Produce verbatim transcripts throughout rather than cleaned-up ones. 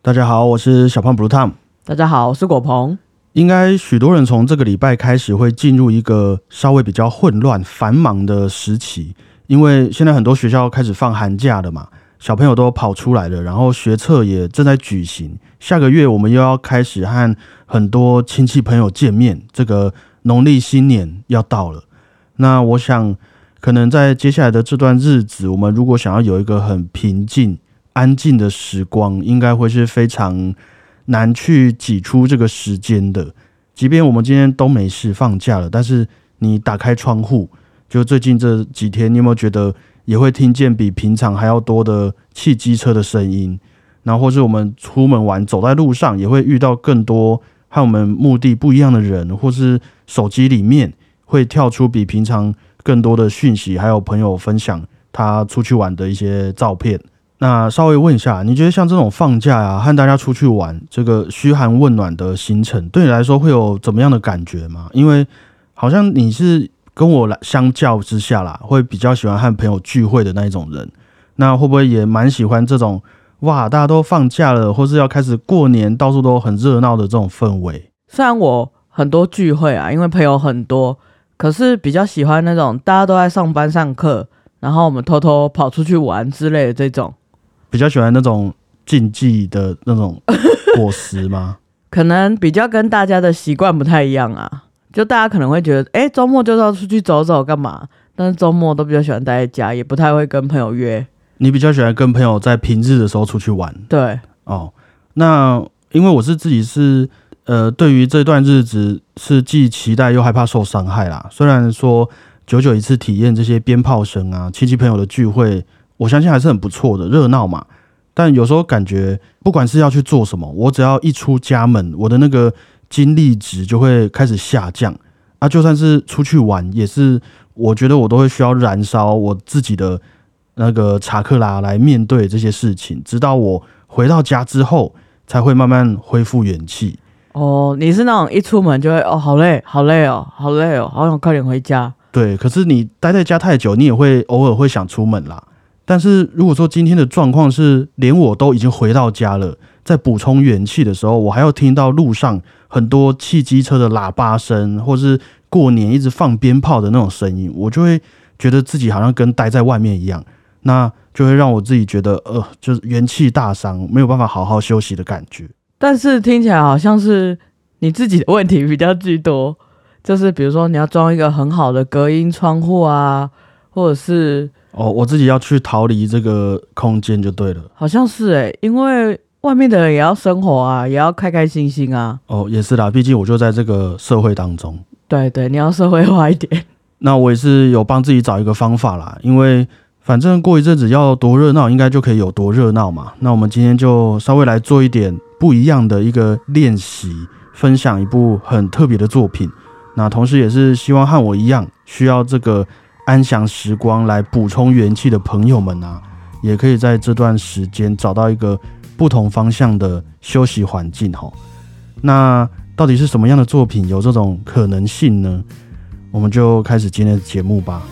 大家好，我是小胖 Blue Tom。 大家好，我是果鹏。 应该许多人从这个礼拜开始会进入一个稍微比较混乱、繁忙的时期，因为现在很多学校开始放寒假了嘛，小朋友都跑出来了，然后学测也正在举行。下个月我们又要开始和很多亲戚朋友见面，这个农历新年要到了。那我想，可能在接下来的这段日子，我们如果想要有一个很平静、安静的时光，应该会是非常难去挤出这个时间的。即便我们今天都没事放假了，但是你打开窗户，就最近这几天，你有没有觉得也会听见比平常还要多的汽机车的声音？然后或是我们出门玩，走在路上也会遇到更多和我们目的不一样的人，或是手机里面会跳出比平常更多的讯息，还有朋友分享他出去玩的一些照片。那稍微问一下，你觉得像这种放假啊，和大家出去玩，这个嘘寒问暖的行程，对你来说会有怎么样的感觉吗？因为好像你是跟我相较之下啦，会比较喜欢和朋友聚会的那一种人。那会不会也蛮喜欢这种哇，大家都放假了，或是要开始过年，到处都很热闹的这种氛围？ 虽然我很多聚会啊，因为朋友很多，可是比较喜欢那种大家都在上班上课，然后我们偷偷跑出去玩之类的这种。 比较喜欢那种竞技的那种果实吗？ 可能比较跟大家的习惯不太一样啊，就大家可能会觉得，哎，周末就是要出去走走干嘛？但是周末都比较喜欢待在家，也不太会跟朋友约。 你比较喜欢跟朋友在平日的时候出去玩？ 对， 哦，那因为我是自己是呃，对于这段日子是既期待又害怕受伤害啦。虽然说久久一次体验这些鞭炮声啊，亲戚朋友的聚会，我相信还是很不错的，热闹嘛。但有时候感觉，不管是要去做什么，我只要一出家门，我的那个精力值就会开始下降啊。就算是出去玩，也是我觉得我都会需要燃烧我自己的那个查克拉来面对这些事情，直到我回到家之后，才会慢慢恢复元气。 哦，你是那种一出门就会哦，好累，好累哦，好累哦，好想快点回家。 对，可是你待在家太久，你也会偶尔会想出门啦。但是如果说今天的状况是连我都已经回到家了，在补充元气的时候，我还要听到路上很多汽机车的喇叭声，或是过年一直放鞭炮的那种声音，我就会觉得自己好像跟待在外面一样，那就会让我自己觉得呃，就是元气大伤，没有办法好好休息的感觉。 但是听起来好像是你自己的问题比较居多，就是比如说你要装一个很好的隔音窗户啊，或者是哦，我自己要去逃离这个空间就对了。 好像是哎、欸，因为外面的人也要生活啊，也要开开心心啊。 哦，也是啦，毕竟我就在这个社会当中。 对对，你要社会化一点。 那我也是有帮自己找一个方法啦，因为反正过一阵子要多热闹，应该就可以有多热闹嘛。那我们今天就稍微来做一点不一样的一个练习，分享一部很特别的作品。那同时也是希望和我一样需要这个安详时光来补充元气的朋友们啊，也可以在这段时间找到一个不同方向的休息环境齁。那到底是什么样的作品有这种可能性呢？我们就开始今天的节目吧。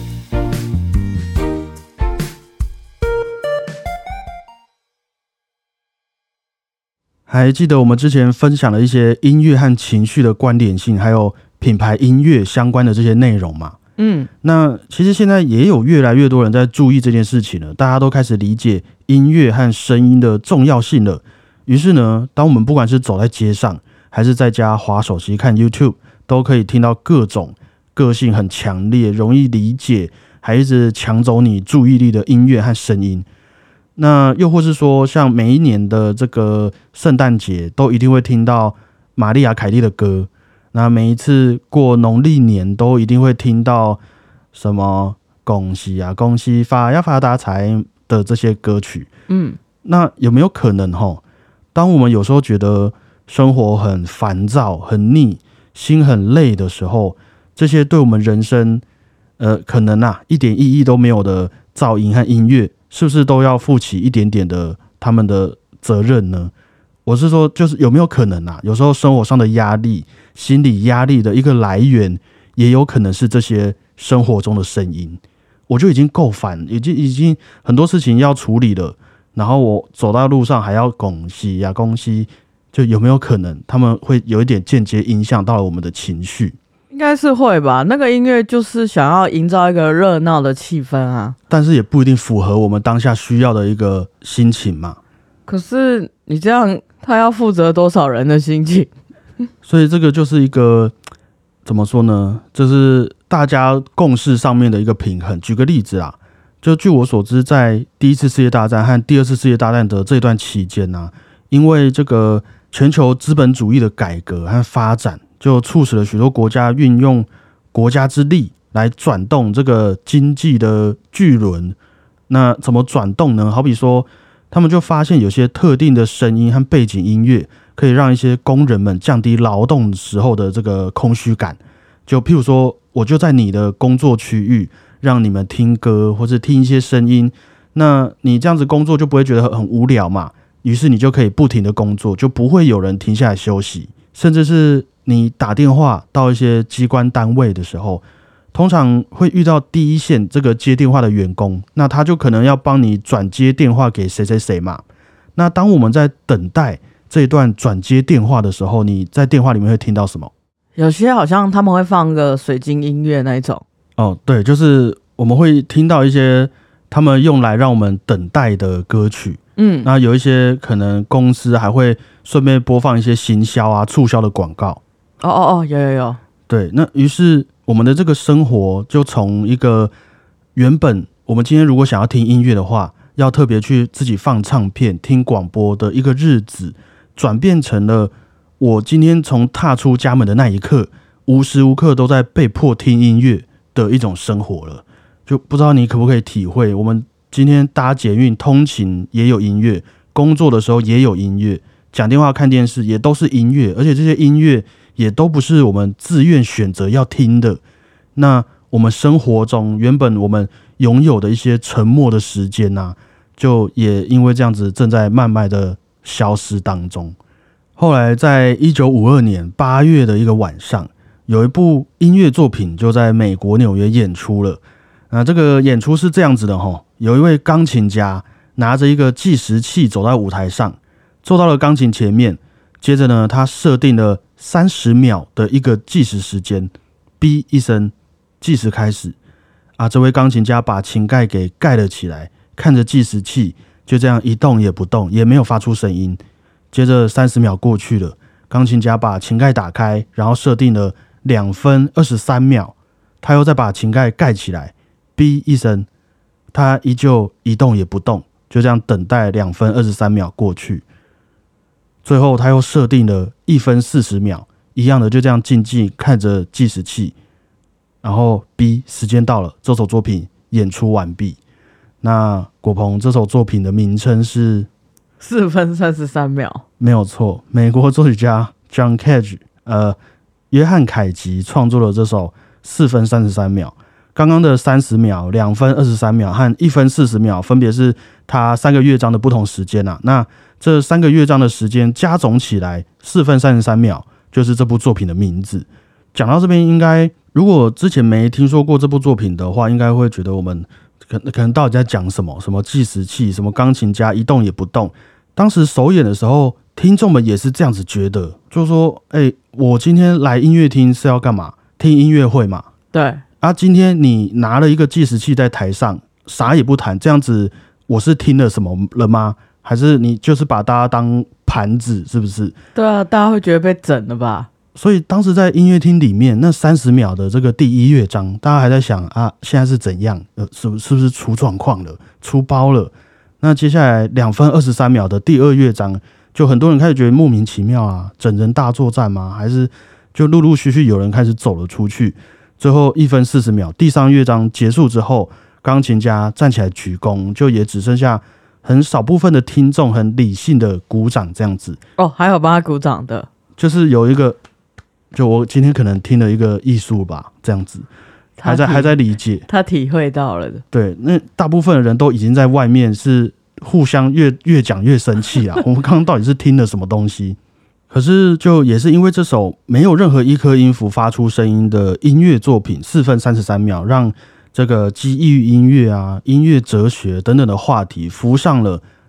还记得我们之前分享了一些音乐和情绪的关联性，还有品牌音乐相关的这些内容嘛？ 嗯， 那其实现在也有越来越多人在注意这件事情了，大家都开始理解音乐和声音的重要性了。于是呢，当我们不管是走在街上，还是在家滑手机看 YouTube， 都可以听到各种个性很强烈、容易理解，还一直抢走你注意力的音乐和声音。那又或是说，像每一年的这个圣诞节，都一定会听到玛丽亚凯莉的歌。那每一次过农历年，都一定会听到什么恭喜啊、恭喜发呀、发大财的这些歌曲。 嗯， 那有没有可能吼，当我们有时候觉得生活很烦躁、很腻、心很累的时候，这些对我们人生，呃，可能啊一点意义都没有的噪音和音乐，是不是都要负起一点点的他们的责任呢？我是说，就是有没有可能啊？有时候生活上的压力、心理压力的一个来源，也有可能是这些生活中的声音。我就已经够烦，已经已经很多事情要处理了， 然后我走到路上还要拱西呀拱西，就有没有可能他们会有一点间接影响到了我们的情绪？ 应该是会吧，那个音乐就是想要营造一个热闹的气氛啊， 但是也不一定符合我们当下需要的一个心情嘛。 可是你这样，他要负责多少人的心情？ 所以这个就是一个怎么说呢？这是大家共识上面的一个平衡。举个例子啦，就据我所知，在第一次世界大战和第二次世界大战的这段期间呢、啊，因为这个全球资本主义的改革和发展，就促使了许多国家运用国家之力来转动这个经济的巨轮。那怎么转动呢？好比说，他们就发现有些特定的声音和背景音乐可以让一些工人们降低劳动时候的这个空虚感。就譬如说，我就在你的工作区域让你们听歌或者听一些声音，那你这样子工作就不会觉得很无聊嘛，于是你就可以不停的工作，就不会有人停下来休息。甚至是你打电话到一些机关单位的时候，通常会遇到第一线这个接电话的员工，那他就可能要帮你转接电话给谁谁谁嘛。那当我们在等待这一段转接电话的时候，你在电话里面会听到什么？ 有些好像他们会放个水晶音乐那一种。 哦，对，就是我们会听到一些他们用来让我们等待的歌曲。嗯，那有一些可能公司还会顺便播放一些行销啊、促销的广告。 哦哦哦，有有有。 对，那于是我们的这个生活就从一个原本我们今天如果想要听音乐的话，要特别去自己放唱片、听广播的一个日子，转变成了我今天从踏出家门的那一刻，无时无刻都在被迫听音乐的一种生活了。就不知道你可不可以体会，我们今天搭捷运通勤也有音乐，工作的时候也有音乐，讲电话看电视也都是音乐，而且这些音乐也都不是我们自愿选择要听的。那我们生活中原本我们拥有的一些沉默的时间啊，就也因为这样子正在慢慢的消失当中。后来在一九五二年八月的一个晚上，有一部音乐作品就在美国纽约演出了。那这个演出是这样子的齁，有一位钢琴家拿着一个计时器走到舞台上，坐到了钢琴前面，接着呢，他设定了三十秒的一个计时时间，哔一声，计时开始。啊，这位钢琴家把琴盖给盖了起来，看着计时器，就这样一动也不动，也没有发出声音。接着三十秒过去了，钢琴家把琴盖打开，然后设定了两分二十三秒，他又再把琴盖盖起来，哔一声，他依旧一动也不动，就这样等待两分二十三秒过去。最后他又设定了一分四十秒，一样的就这样静静看着计时器，然后 B 时间到了，这首作品演出完毕。那果鹏，这首作品的名称是四分三十三秒， 没有错。美国作曲家 John Cage， 呃，约翰凯吉创作了这首四分三十三秒。刚刚的三十秒、两分二十三秒和一分四十秒，分别是他三个乐章的不同时间啊。那这三个乐章的时间加总起来，四分三十三秒，就是这部作品的名字。讲到这边，应该如果之前没听说过这部作品的话，应该会觉得我们可可能到底在讲什么？什么计时器？什么钢琴家一动也不动？当时首演的时候，听众们也是这样子觉得，就是说，哎、欸，我今天来音乐厅是要干嘛？听音乐会嘛？ 对。 啊，今天你拿了一个计时器在台上，啥也不弹，这样子我是听了什么了吗？还是你就是把大家当盘子，是不是？ 对啊，大家会觉得被整了吧？ 所以当时在音乐厅里面，那三十秒的这个第一乐章，大家还在想啊，现在是怎样？呃，是不是不是出状况了，出包了？那接下来两分二十三秒的第二乐章，就很多人开始觉得莫名其妙啊，整人大作战吗？还是就陆陆续续有人开始走了出去？最后一分四十秒，第三乐章结束之后，钢琴家站起来鞠躬，就也只剩下很少部分的听众很理性的鼓掌这样子。 哦，还有帮他鼓掌的， 就是有一个，就我今天可能听了一个艺术吧，这样子，还在还在理解， 他体会到了的。 对，那大部分的人都已经在外面是互相越越讲越生气啊。我们刚刚到底是听了什么东西？可是，就也是因为这首没有任何一颗音符发出声音的音乐作品，四分三十三秒，让这个基于音乐啊、音乐哲学等等的话题浮上了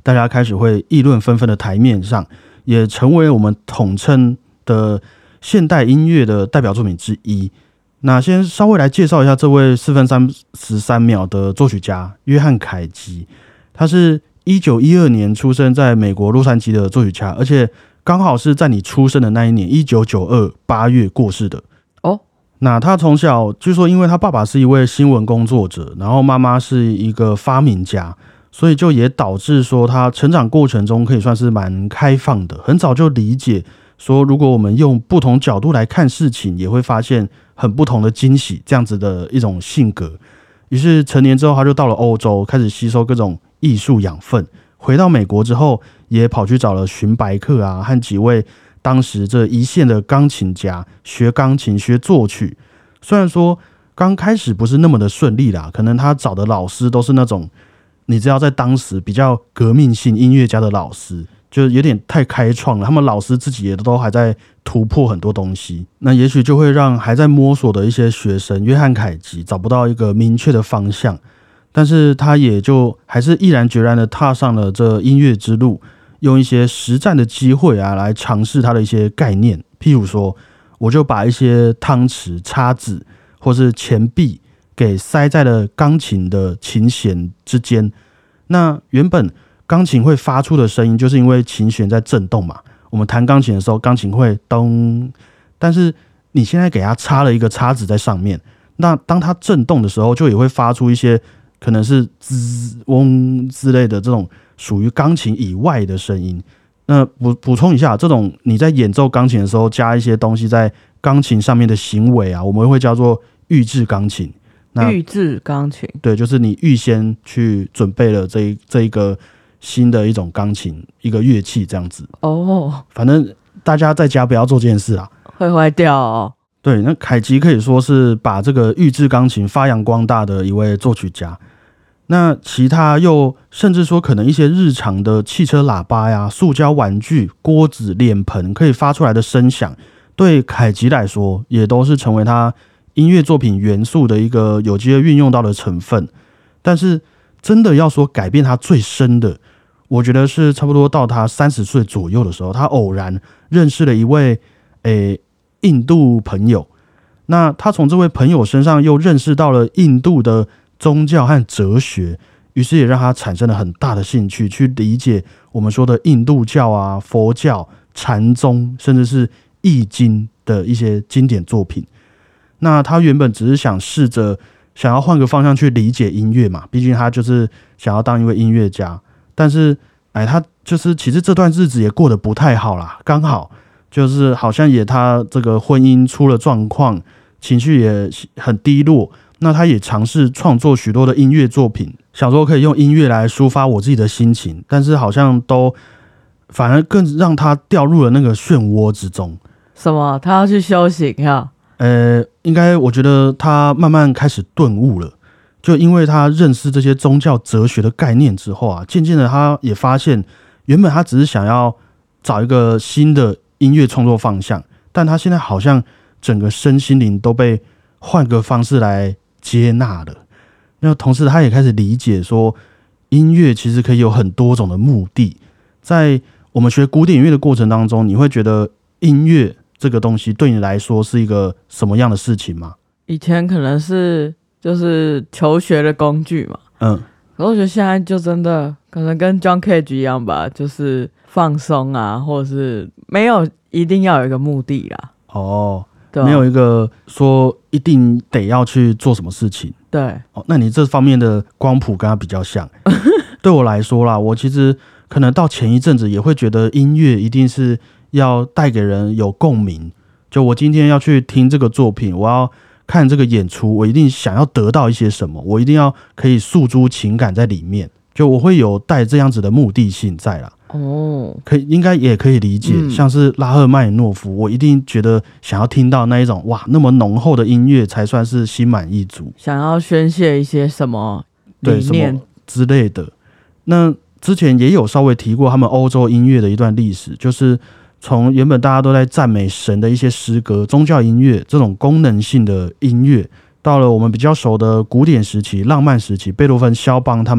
大家开始会议论纷纷的台面上，也成为我们统称的现代音乐的代表作品之一。那先稍微来介绍一下这位四分三十三秒的作曲家约翰凯吉，他是一九一二年出生在美国洛杉矶的作曲家，而且刚好是在你出生的那一年一九九二八月过世的。 哦， 那他从小据说因为他爸爸是一位新闻工作者，然后妈妈是一个发明家，所以就也导致说他成长过程中可以算是蛮开放的，很早就理解说如果我们用不同角度来看事情，也会发现很不同的惊喜，这样子的一种性格。于是成年之后他就到了欧洲，开始吸收各种艺术养分，回到美国之后也跑去找了荀白克啊和几位当时这一线的钢琴家学钢琴学作曲。虽然说刚开始不是那么的顺利啦，可能他找的老师都是那种你知道在当时比较革命性音乐家的老师，就有点太开创了，他们老师自己也都还在突破很多东西，那也许就会让还在摸索的一些学生约翰凯吉找不到一个明确的方向，但是他也就还是毅然决然的踏上了这音乐之路，用一些实战的机会啊来尝试他的一些概念。譬如说我就把一些汤匙叉子或是钱币给塞在了钢琴的琴弦之间，那原本钢琴会发出的声音就是因为琴弦在震动嘛，我们弹钢琴的时候钢琴会咚，但是你现在给它插了一个叉子在上面，那当它震动的时候就也会发出一些可能是滋嗡之类的这种属于钢琴以外的声音。那补补充一下，这种你在演奏钢琴的时候加一些东西在钢琴上面的行为啊，我们会叫做预制钢琴。那预制钢琴， 对，就是你预先去准备了这一这一个新的一种钢琴一个乐器这样子。 哦， 反正大家在家不要做这件事啦， 会坏掉哦。 对，那凯吉可以说是把这个预制钢琴发扬光大的一位作曲家。那其他又甚至说可能一些日常的汽车喇叭呀、塑胶玩具、锅子、脸盆可以发出来的声响，对凯吉来说也都是成为他音乐作品元素的一个有机会运用到的成分。但是真的要说改变他最深的，我觉得是差不多到他三十岁左右的时候，他偶然认识了一位诶印度朋友。那他从这位朋友身上又认识到了印度的宗教和哲学，于是也让他产生了很大的兴趣，去理解我们说的印度教啊、佛教、禅宗，甚至是易经的一些经典作品。那他原本只是想试着想要换个方向去理解音乐嘛，毕竟他就是想要当一位音乐家。但是，哎，他就是其实这段日子也过得不太好啦，刚好就是好像也他这个婚姻出了状况，情绪也很低落。那他也尝试创作许多的音乐作品，想说可以用音乐来抒发我自己的心情，但是好像都反而更让他掉入了那个漩涡之中。 什么？他要去修行呀？ 呃，应该我觉得他慢慢开始顿悟了，就因为他认识这些宗教哲学的概念之后啊，渐渐的他也发现，原本他只是想要找一个新的音乐创作方向，但他现在好像整个身心灵都被换个方式来接纳了。那同时他也开始理解说，音乐其实可以有很多种的目的。在我们学古典音乐的过程当中，你会觉得音乐这个东西对你来说是一个什么样的事情吗？ 以前可能是就是求学的工具嘛，嗯，可是我觉得现在就真的可能跟 John Cage 一样吧，就是放松啊，或者是没有一定要有一个目的啦。 哦，没有一个说一定得要去做什么事情。 对， 哦，那你这方面的光谱跟他比较像。对我来说啦，我其实可能到前一阵子也会觉得音乐一定是要带给人有共鸣。就我今天要去听这个作品，我要看这个演出，我一定想要得到一些什么，我一定要可以诉诸情感在里面。就我会有带这样子的目的性在啦。哦，可以应该也可以理解，嗯、像是拉赫曼尼诺夫，我一定觉得想要听到那一种哇那么浓厚的音乐才算是心满意足， 想要宣泄一些什么理念之类的。那之前也有稍微提过他们欧洲音乐的一段历史，就是从原本大家都在赞美神的一些诗歌、宗教音乐这种功能性的音乐，到了我们比较熟的古典时期、浪漫时期，贝多芬、肖邦他们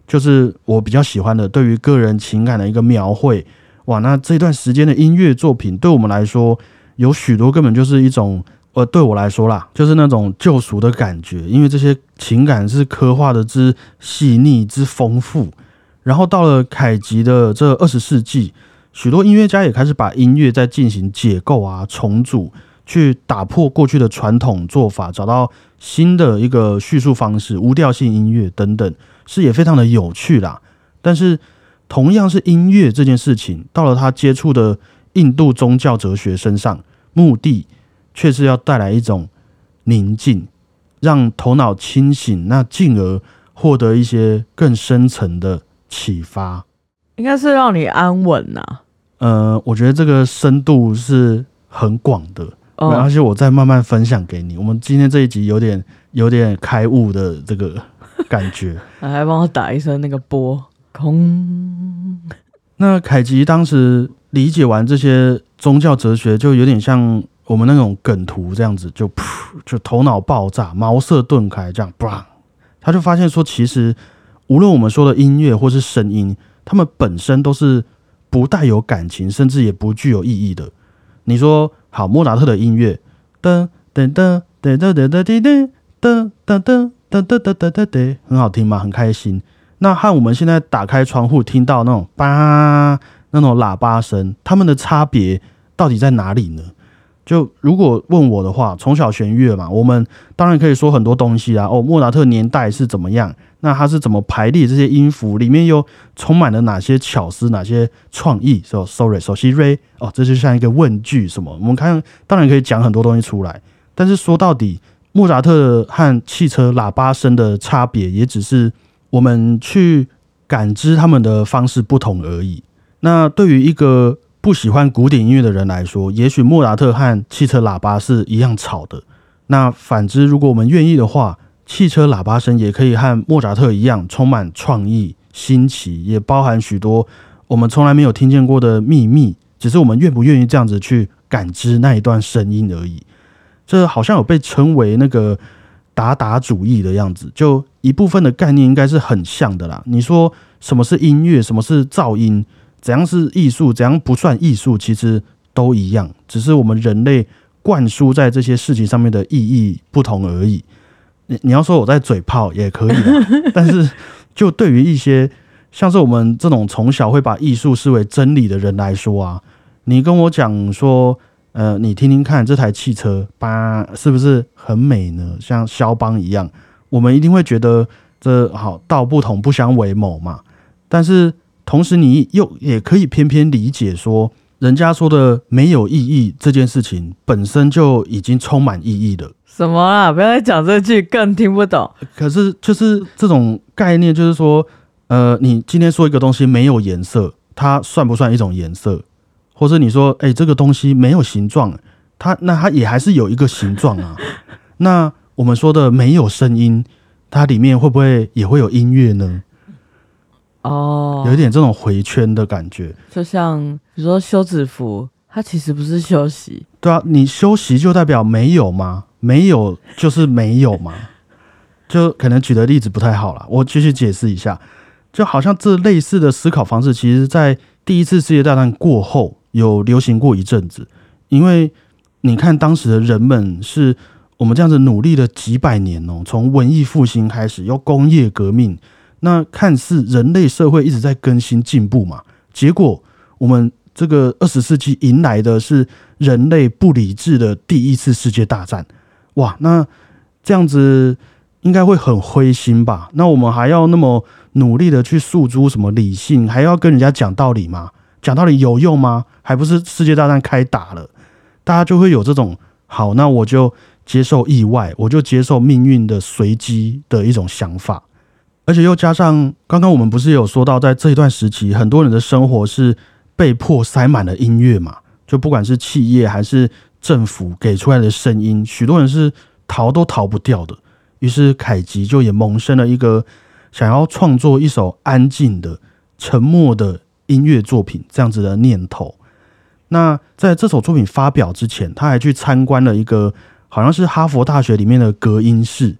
就是我比较喜欢的对于个人情感的一个描绘。哇，那这段时间的音乐作品对我们来说有许多根本就是一种呃，对我来说啦，就是那种救赎的感觉，因为这些情感是刻画的之细腻之丰富。然后到了凯吉的这二十世纪，许多音乐家也开始把音乐在进行解构啊、重组，去打破过去的传统做法，找到新的一个叙述方式，无调性音乐等等，是也非常的有趣啦。但是同样是音乐这件事情，到了他接触的印度宗教哲学身上，目的却是要带来一种宁静，让头脑清醒，那进而获得一些更深层的启发。 应该是让你安稳呐、啊。 呃，我觉得这个深度是很广的，没关系，我再慢慢分享给你。我们今天这一集有点有点开悟的这个感觉， 还帮我打一声那个波空。 那凯吉当时理解完这些宗教哲学，就有点像我们那种梗图这样子，就噗，就头脑爆炸，茅塞顿开，这样，他就发现说，其实无论我们说的音乐或是声音，它们本身都是不带有感情，甚至也不具有意义的。你说好，莫扎特的音乐，噔噔噔噔噔噔噔噔噔噔噔噔噔噔噔噔，很好听吗？很开心。那和我们现在打开窗户听到那种叭那种喇叭声，它们的差别到底在哪里呢？就如果问我的话，从小弦乐嘛，我们当然可以说很多东西啊。哦，莫扎特年代是怎么样？那他是怎么排列这些音符？里面又充满了哪些巧思？哪些创意 ？So sorry， 首席 Ray 哦，这就像一个问句什么？我们看，当然可以讲很多东西出来，但是说到底，莫扎特和汽车喇叭声的差别，也只是我们去感知他们的方式不同而已。那对于一个不喜欢古典音乐的人来说，也许莫扎特和汽车喇叭是一样吵的。那反之，如果我们愿意的话，汽车喇叭声也可以和莫扎特一样充满创意、新奇，也包含许多我们从来没有听见过的秘密，只是我们愿不愿意这样子去感知那一段声音而已。这好像有被称为那个达达主义的样子，就一部分的概念应该是很像的啦。你说什么是音乐，什么是噪音，怎样是艺术，怎样不算艺术，其实都一样，只是我们人类灌输在这些事情上面的意义不同而已。你你要说我在嘴炮也可以啦，但是就对于一些像是我们这种从小会把艺术视为真理的人来说啊，你跟我讲说，呃，你听听看这台汽车吧，是不是很美呢？像肖邦一样，我们一定会觉得这好道不同不相为谋嘛。但是同时，你又也可以偏偏理解说，人家说的没有意义这件事情本身就已经充满意义了。 什么啦？不要再讲这句，更听不懂。 可是就是这种概念，就是说，呃，你今天说一个东西没有颜色，它算不算一种颜色？或者你说，哎、欸，这个东西没有形状，它那它也还是有一个形状啊。那我们说的没有声音，它里面会不会也会有音乐呢？哦，有一点这种回圈的感觉， 就像比如说休止符，它其实不是休息。 对啊，你休息就代表没有吗？没有就是没有吗？就可能举的例子不太好啦，我继续解释一下。就好像这类似的思考方式，其实在第一次世界大战过后有流行过一阵子。因为你看当时的人们是我们这样子努力了几百年哦，从文艺复兴开始，又工业革命，那看似人类社会一直在更新进步嘛，结果我们这个二十世纪迎来的是人类不理智的第一次世界大战。哇，那这样子应该会很灰心吧？那我们还要那么努力的去诉诸什么理性，还要跟人家讲道理吗？讲道理有用吗？还不是世界大战开打了，大家就会有这种好，那我就接受意外，我就接受命运的随机的一种想法。而且又加上刚刚我们不是有说到，在这一段时期，很多人的生活是被迫塞满了音乐嘛，就不管是企业还是政府给出来的声音，许多人是逃都逃不掉的。于是凯吉就也萌生了一个想要创作一首安静的、沉默的音乐作品这样子的念头。那在这首作品发表之前，他还去参观了一个好像是哈佛大学里面的隔音室，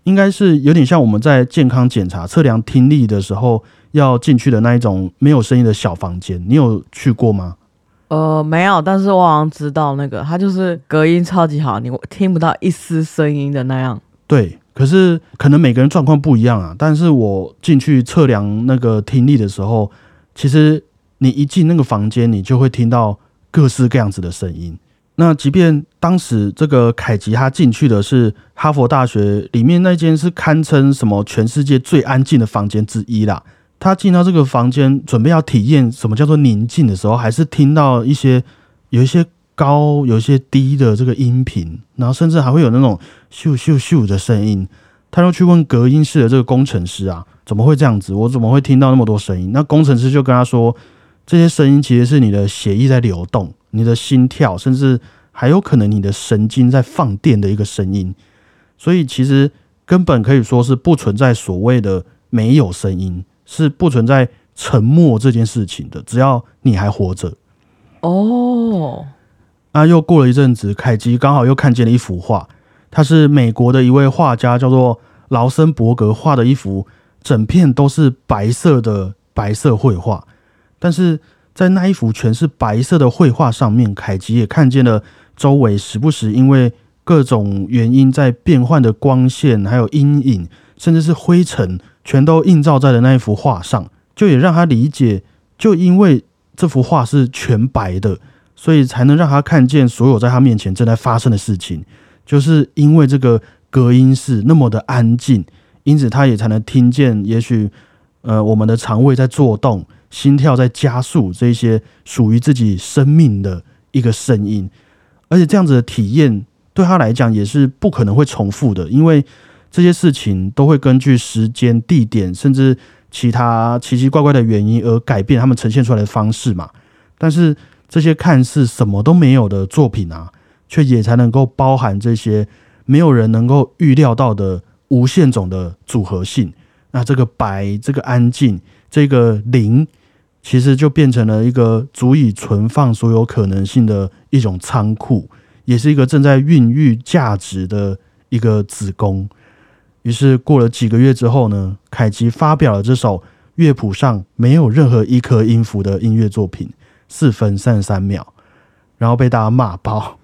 应该是有点像我们在健康检查测量听力的时候要进去的那一种没有声音的小房间，你有去过吗？ 呃，没有，但是我好像知道那个，它就是隔音超级好，你听不到一丝声音的那样。 对，可是可能每个人状况不一样啊。但是我进去测量那个听力的时候，其实你一进那个房间，你就会听到各式各样子的声音。那即便当时这个凯吉他进去的是哈佛大学里面那间是堪称什么全世界最安静的房间之一啦。他进到这个房间准备要体验什么叫做宁静的时候，还是听到一些有一些高有一些低的这个音频，然后甚至还会有那种咻咻咻的声音。他就去问隔音室的这个工程师啊，怎么会这样子？我怎么会听到那么多声音？那工程师就跟他说，这些声音其实是你的血液在流动，你的心跳，甚至还有可能你的神经在放电的一个声音。所以其实根本可以说是不存在所谓的没有声音，是不存在沉默这件事情的，只要你还活着。 哦， 啊，又过了一阵子，凯吉刚好又看见了一幅画，他是美国的一位画家，叫做劳森伯格画的一幅整片都是白色的白色绘画。但是在那一幅全是白色的绘画上面，凯吉也看见了周围时不时因为各种原因在变换的光线，还有阴影，甚至是灰尘，全都映照在了那一幅画上。就也让他理解，就因为这幅画是全白的，所以才能让他看见所有在他面前正在发生的事情。就是因为这个隔音室那么的安静，因此他也才能听见也许呃我们的肠胃在作动，心跳在加速，这些属于自己生命的一个声音。而且这样子的体验对他来讲也是不可能会重复的，因为这些事情都会根据时间、地点，甚至其他奇奇怪怪的原因而改变他们呈现出来的方式嘛。但是这些看似什么都没有的作品啊，却也才能够包含这些没有人能够预料到的无限种的组合性。那这个白，这个安静，这个零，其实就变成了一个足以存放所有可能性的一种仓库，也是一个正在孕育价值的一个子宫。于是过了几个月之后呢，凯吉发表了这首乐谱上没有任何一颗音符的音乐作品，四分三十三秒，然后被大家骂爆。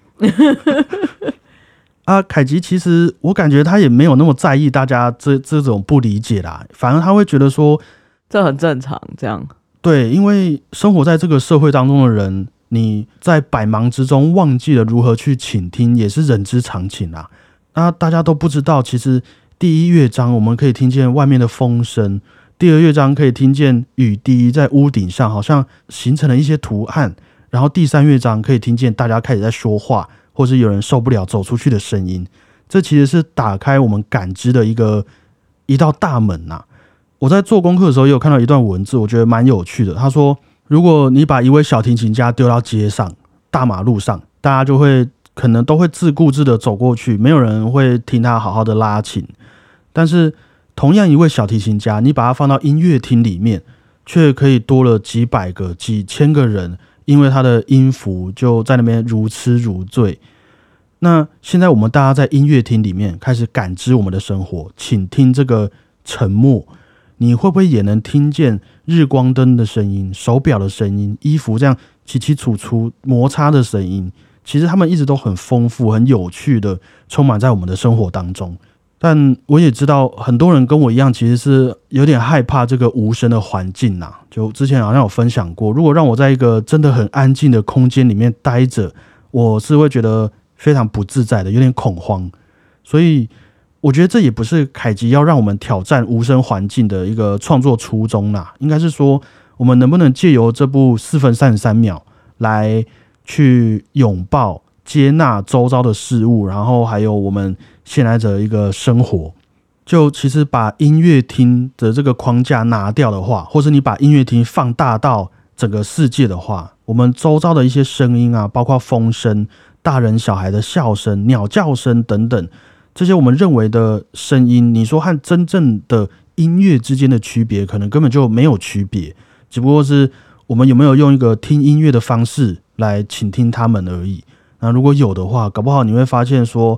啊，凯吉其实我感觉他也没有那么在意大家这这种不理解啦，反而他会觉得说这很正常，这样。 对，因为生活在这个社会当中的人，你在百忙之中忘记了如何去倾听，也是人之常情啦。那大家都不知道，其实第一乐章我们可以听见外面的风声，第二乐章可以听见雨滴在屋顶上好像形成了一些图案，然后第三乐章可以听见大家开始在说话，或是有人受不了走出去的声音。这其实是打开我们感知的一个一道大门啊。我在做功课的时候也有看到一段文字，我觉得蛮有趣的。他说，如果你把一位小提琴家丢到街上、大马路上，大家就会可能都会自顾自的走过去，没有人会听他好好的拉琴。但是同样一位小提琴家，你把他放到音乐厅里面，却可以多了几百个、几千个人，因为他的音符就在那边如痴如醉。那现在我们大家在音乐厅里面开始感知我们的生活，请听这个沉默，你会不会也能听见日光灯的声音、手表的声音、衣服这样起起楚楚摩擦的声音？其实他们一直都很丰富、很有趣的充满在我们的生活当中。但我也知道很多人跟我一样，其实是有点害怕这个无声的环境呐、啊。就之前好像有分享过，如果让我在一个真的很安静的空间里面待着，我是会觉得非常不自在的，有点恐慌。所以我觉得这也不是凯吉要让我们挑战无声环境的一个创作初衷啦，应该是说我们能不能借由这部四分三十三秒来去拥抱、接纳周遭的事物，然后还有我们现在的一个生活。就其实把音乐厅的这个框架拿掉的话，或是你把音乐厅放大到整个世界的话，我们周遭的一些声音啊，包括风声、大人小孩的笑声、鸟叫声等等，这些我们认为的声音，你说和真正的音乐之间的区别，可能根本就没有区别，只不过是我们有没有用一个听音乐的方式来倾听他们而已。那如果有的话，搞不好你会发现说，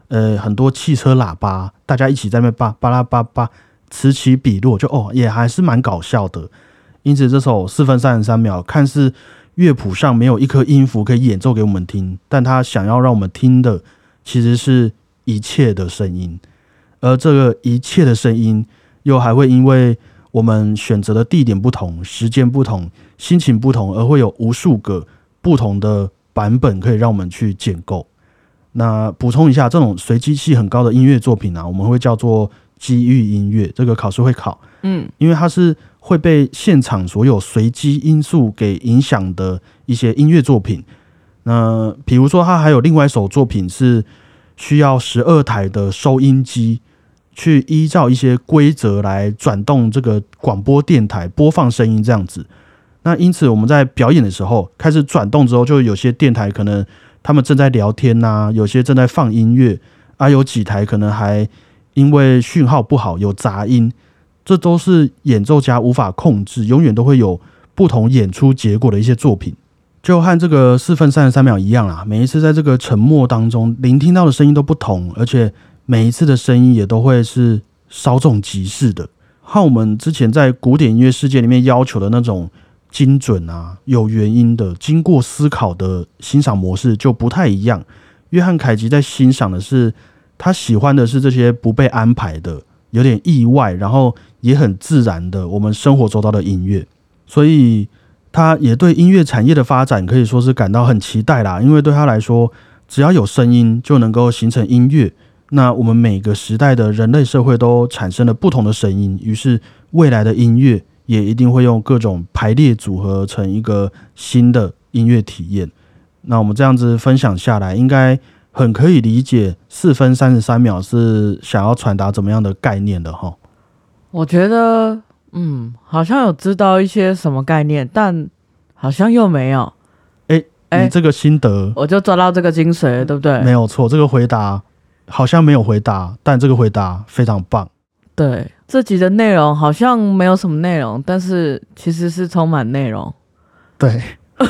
呃很多汽车喇叭，大家一起在那边巴巴拉巴巴此起彼落，就哦也还是蛮搞笑的。因此这首四分三十三秒看似乐谱上没有一颗音符可以演奏给我们听，但他想要让我们听的其实是一切的声音，而这个一切的声音又还会因为我们选择的地点不同、时间不同、心情不同，而会有无数个不同的版本可以让我们去建构。那补充一下，这种随机性很高的音乐作品啊，我们会叫做机遇音乐，这个考试会考，嗯，因为它是会被现场所有随机因素给影响的一些音乐作品。那比如说，它还有另外一首作品是需要十二台的收音机去依照一些规则来转动这个广播电台播放声音这样子。那因此我们在表演的时候开始转动之后，就有些电台可能他们正在聊天啊，有些正在放音乐啊，有几台可能还因为讯号不好有杂音，这都是演奏家无法控制，永远都会有不同演出结果的一些作品。就和这个四分三十三秒一样啦，每一次在这个沉默当中聆听到的声音都不同，而且每一次的声音也都会是稍纵即逝的，和我们之前在古典音乐世界里面要求的那种精准啊、有原因的、经过思考的欣赏模式就不太一样。约翰凯吉在欣赏的是，他喜欢的是这些不被安排的、有点意外，然后也很自然的我们生活周遭的音乐，所以他也对音乐产业的发展可以说是感到很期待啦。因为对他来说，只要有声音就能够形成音乐。那我们每个时代的人类社会都产生了不同的声音，于是未来的音乐也一定会用各种排列组合成一个新的音乐体验。那我们这样子分享下来，应该很可以理解四分三十三秒是想要传达怎么样的概念的齁。 我觉得嗯，好像有知道一些什么概念，但好像又没有。 哎、欸，你这个心得， 我就抓到这个精髓了，对不对？ 没有错，这个回答好像没有回答，但这个回答非常棒。 对，这集的内容好像没有什么内容，但是其实是充满内容。 对，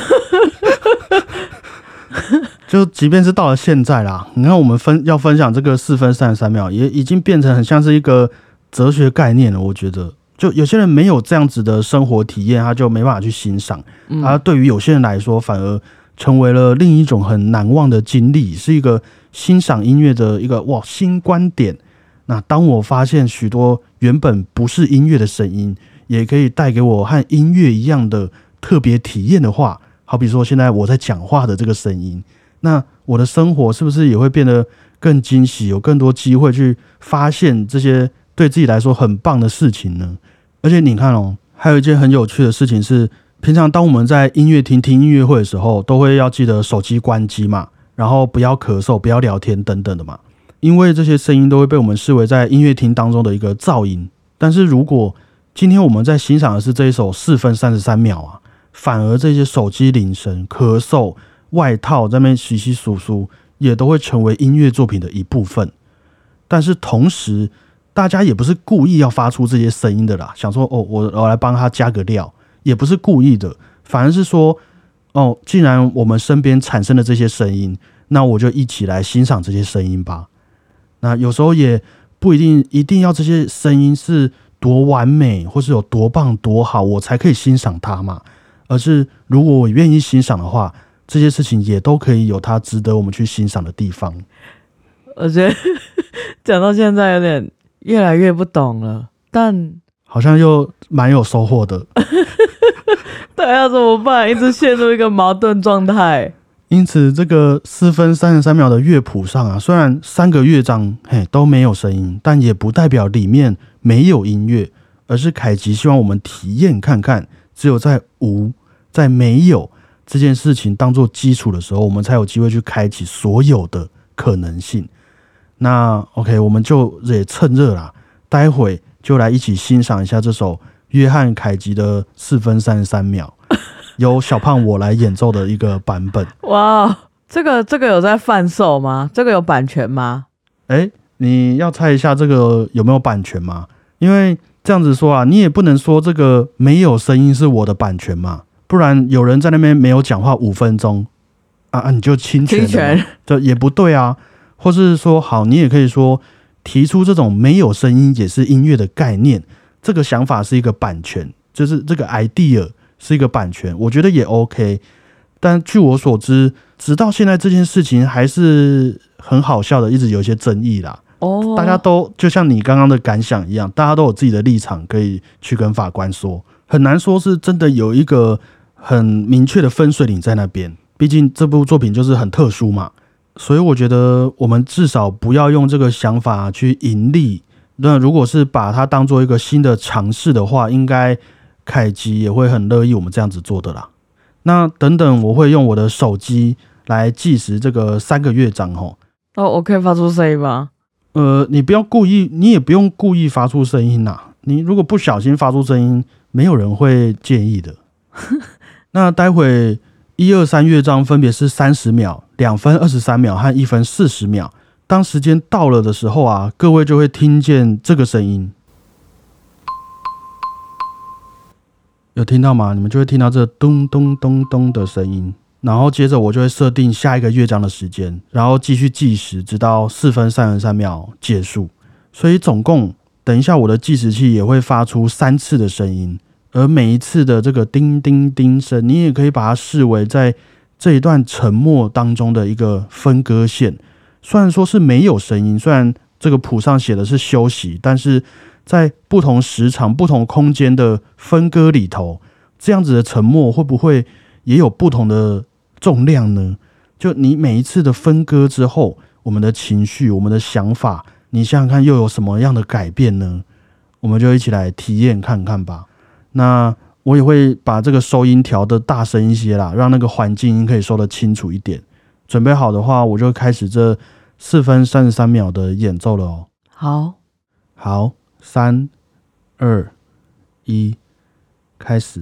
就即便是到了现在啦，你看我们分要分享这个四分三十三秒，也已经变成很像是一个哲学概念了。我觉得，就有些人没有这样子的生活体验，他就没办法去欣赏；嗯、而对于有些人来说，反而成为了另一种很难忘的经历，是一个欣赏音乐的一个哇新观点。那当我发现许多原本不是音乐的声音，也可以带给我和音乐一样的特别体验的话，好比说现在我在讲话的这个声音，那我的生活是不是也会变得更惊喜，有更多机会去发现这些对自己来说很棒的事情呢？而且你看哦，还有一件很有趣的事情是，平常当我们在音乐厅听音乐会的时候，都会要记得手机关机嘛，然后不要咳嗽，不要聊天等等的嘛。因为这些声音都会被我们视为在音乐厅当中的一个噪音。但是如果今天我们在欣赏的是这一首四分三十三秒啊，反而这些手机铃声、咳嗽、外套在那边稀稀疏疏，也都会成为音乐作品的一部分。但是同时，大家也不是故意要发出这些声音的啦，想说哦，我我来帮他加个料，也不是故意的，反而是说哦，既然我们身边产生了这些声音，那我就一起来欣赏这些声音吧。那有时候也不一定一定要这些声音是多完美或是有多棒多好我才可以欣赏它嘛，而是如果我愿意欣赏的话，这些事情也都可以有它值得我们去欣赏的地方。 我觉得讲到现在有点越来越不懂了，但好像又蛮有收获的。 对，要怎么办？一直陷入一个矛盾状态。 因此这个四分三十三秒的乐谱上啊，虽然三个乐章嘿都没有声音，但也不代表里面没有音乐，而是凯吉希望我们体验看看，只有在无在没有这件事情当作基础的时候，我们才有机会去开启所有的可能性。那 OK， 我们就也趁热啦，待会就来一起欣赏一下这首约翰凯吉的四分三十三秒。由小胖我来演奏的一个版本。 哇，这个这个有在贩售吗？这个有版权吗？ 哎，你要猜一下这个有没有版权吗？因为这样子说啊，你也不能说这个没有声音是我的版权嘛，不然有人在那边没有讲话五分钟啊啊，你就侵权了，这也不对啊。 或是说好，你也可以说提出这种没有声音也是音乐的概念，这个想法是一个版权，就是这个 idea 是一个版权，我觉得也 OK。但据我所知，直到现在这件事情还是很好笑的，一直有一些争议啦。哦，大家都就像你刚刚的感想一样，大家都有自己的立场可以去跟法官说，很难说是真的有一个很明确的分水岭在那边。毕竟这部作品就是很特殊嘛，所以我觉得我们至少不要用这个想法去盈利。那如果是把它当做一个新的尝试的话，应该凯吉也会很乐意我们这样子做的啦。那等等，我会用我的手机来计时这个三个乐章吼。 哦，我可以发出声音吗？ 呃，你不要故意，你也不用故意发出声音啦。你如果不小心发出声音，没有人会介意的。那待会一二三乐章分别是三十秒、两分二十三秒和一分四十秒。当时间到了的时候啊，各位就会听见这个声音。有听到吗？你们就会听到这咚咚咚咚的声音，然后接着我就会设定下一个乐章的时间，然后继续计时，直到四分三十三秒结束。所以总共，等一下我的计时器也会发出三次的声音，而每一次的这个叮叮叮声，你也可以把它视为在这一段沉默当中的一个分割线。虽然说是没有声音，虽然这个谱上写的是休息，但是在不同时长、不同空间的分割里头，这样子的沉默会不会也有不同的重量呢？就你每一次的分割之后，我们的情绪、我们的想法，你想想看又有什么样的改变呢？我们就一起来体验看看吧。那我也会把这个收音调得大声一些啦，让那个环境音可以收得清楚一点。准备好的话，我就开始这四分三十三秒的演奏了哦。 好， 好。三、二、一，开始。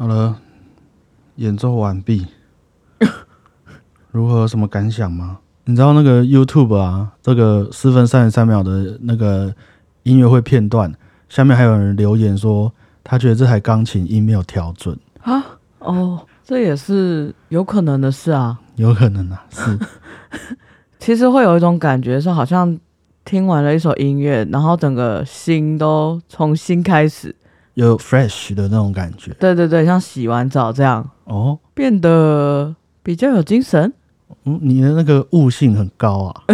好了，演奏完毕。如何有什么感想吗？你知道那个 YouTube 啊，这个四分三十三秒的那个音乐会片段，下面还有人留言说，他觉得这台钢琴音没有调准啊。哦，这也是有可能的事啊。 有可能啊，是。 其实会有一种感觉是，好像听完了一首音乐，然后整个心都重新开始， 有 fresh 的那种感觉。 对对对，像洗完澡这样哦，变得比较有精神。 嗯，你的那个悟性很高啊。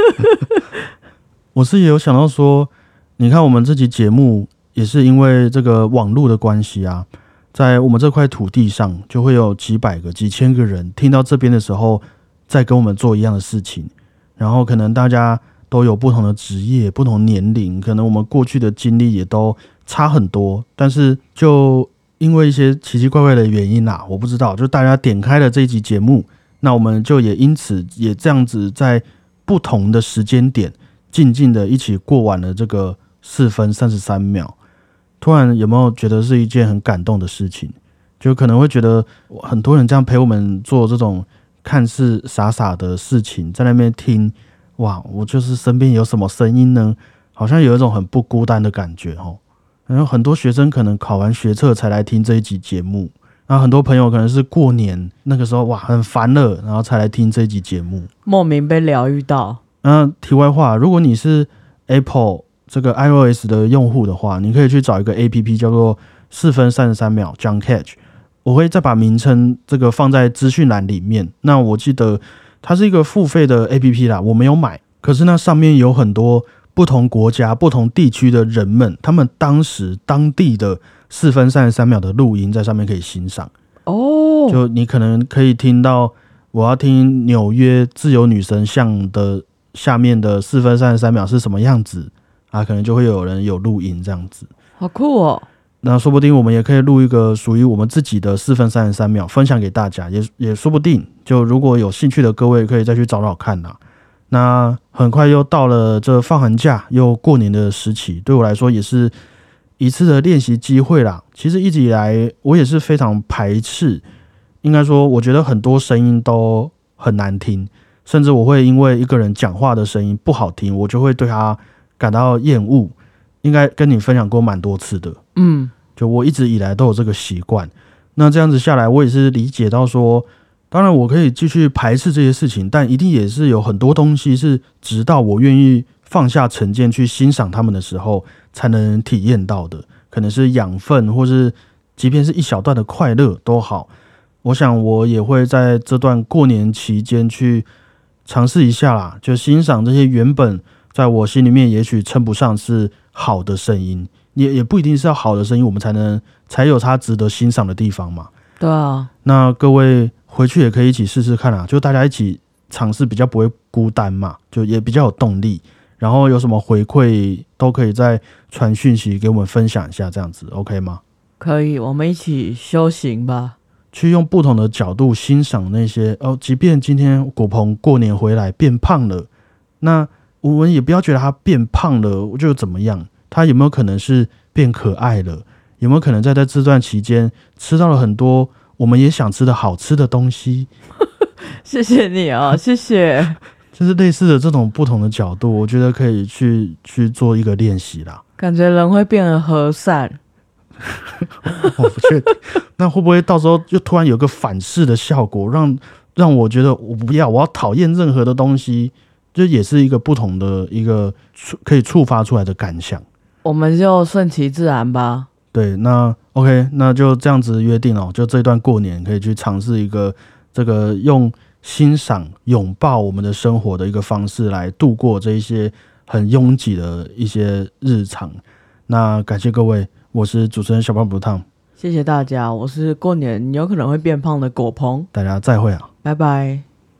我是也有想到说，你看我们这集节目也是因为这个网络的关系啊，在我们这块土地上就会有几百个几千个人听到这边的时候在跟我们做一样的事情，然后可能大家都有不同的职业不同年龄，可能我们过去的经历也都差很多，但是就因为一些奇奇怪怪的原因啦，我不知道，就大家点开了这一集节目，那我们就也因此也这样子在不同的时间点静静的一起过完了这个四分三十三秒。突然有没有觉得是一件很感动的事情？就可能会觉得很多人这样陪我们做这种看似傻傻的事情，在那边听，哇，我就是身边有什么声音呢？好像有一种很不孤单的感觉哦。然后很多学生可能考完学测才来听这一集节目，然后很多朋友可能是过年那个时候哇很烦了，然后才来听这一集节目， 莫名被疗愈到。 那题外话，如果你是 Apple 这个 iOS 的用户的话，你可以去找一个 A P P 叫做四分三十三秒 John Catch， 我会再把名称这个放在资讯栏里面。那我记得它是一个付费的 A P P 啦，我没有买，可是那上面有很多不同国家不同地区的人们，他们当时当地的四分三十三秒的录音在上面可以欣赏哦。就你可能可以听到我要听纽约自由女神像的下面的四分三十三秒是什么样子啊，可能就会有人有录音这样子， 好酷哦。 那说不定我们也可以录一个属于我们自己的四分三十三秒分享给大家，也也说不定。就如果有兴趣的各位可以再去找找看啦。那很快又到了这放寒假又过年的时期，对我来说也是一次的练习机会啦。其实一直以来我也是非常排斥，应该说我觉得很多声音都很难听，甚至我会因为一个人讲话的声音不好听，我就会对他感到厌恶。应该跟你分享过蛮多次的，嗯，就我一直以来都有这个习惯。那这样子下来，我也是理解到说，当然我可以继续排斥这些事情，但一定也是有很多东西是直到我愿意放下成见去欣赏他们的时候才能体验到的，可能是养分，或是即便是一小段的快乐都好。我想我也会在这段过年期间去尝试一下啦，就欣赏这些原本在我心里面也许称不上是好的声音，也也不一定是要好的声音，我们才能才有它值得欣赏的地方嘛。 对啊， 那各位回去也可以一起试试看啊，就大家一起尝试，比较不会孤单嘛，就也比较有动力。然后有什么回馈都可以再传讯息给我们分享一下，这样子 OK 吗？ 可以，我们一起修行吧。 去用不同的角度欣赏那些哦，即便今天果鹏过年回来变胖了，那我们也不要觉得他变胖了我就怎么样，他有没有可能是变可爱了？有没有可能在这段期间吃到了很多我们也想吃的好吃的东西？ 谢谢你啊，谢谢。 就是类似的这种不同的角度，我觉得可以去去做一个练习啦。 感觉人会变得和善。 我不确定，那会不会到时候又突然有个反噬的效果，让让我觉得我不要，我要讨厌任何的东西？就也是一个不同的一个可以触发出来的感想， 我们就顺其自然吧。 对，那 OK， 那就这样子约定哦，就这段过年可以去尝试一个这个用欣赏、拥抱我们的生活的一个方式来度过这一些很拥挤的一些日常。那感谢各位，我是主持人小胖不烫， 谢谢大家，我是过年有可能会变胖的果鹏， 大家再会啊， 拜拜。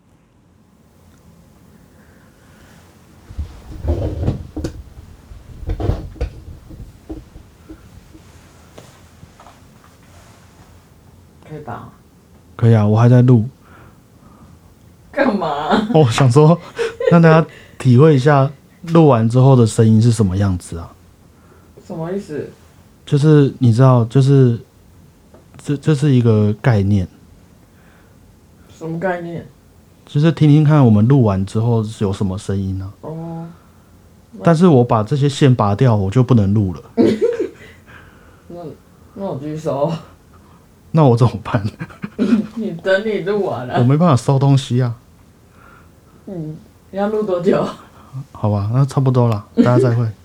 可以吧？ 可以啊，我还在录。 干嘛？ 我、哦、想说让大家体会一下录完之后的声音是什么样子啊？ 什么意思？ 就是你知道，就是这这是一个概念。 什么概念？ 就是听听看我们录完之后有什么声音呢、啊？哦。但是我把这些线拔掉，我就不能录了。 那那我继续收。 那我怎么办？ 你等你录完了。 我没办法收东西啊。 嗯，你要录多久？ 好吧，那差不多了，大家再会。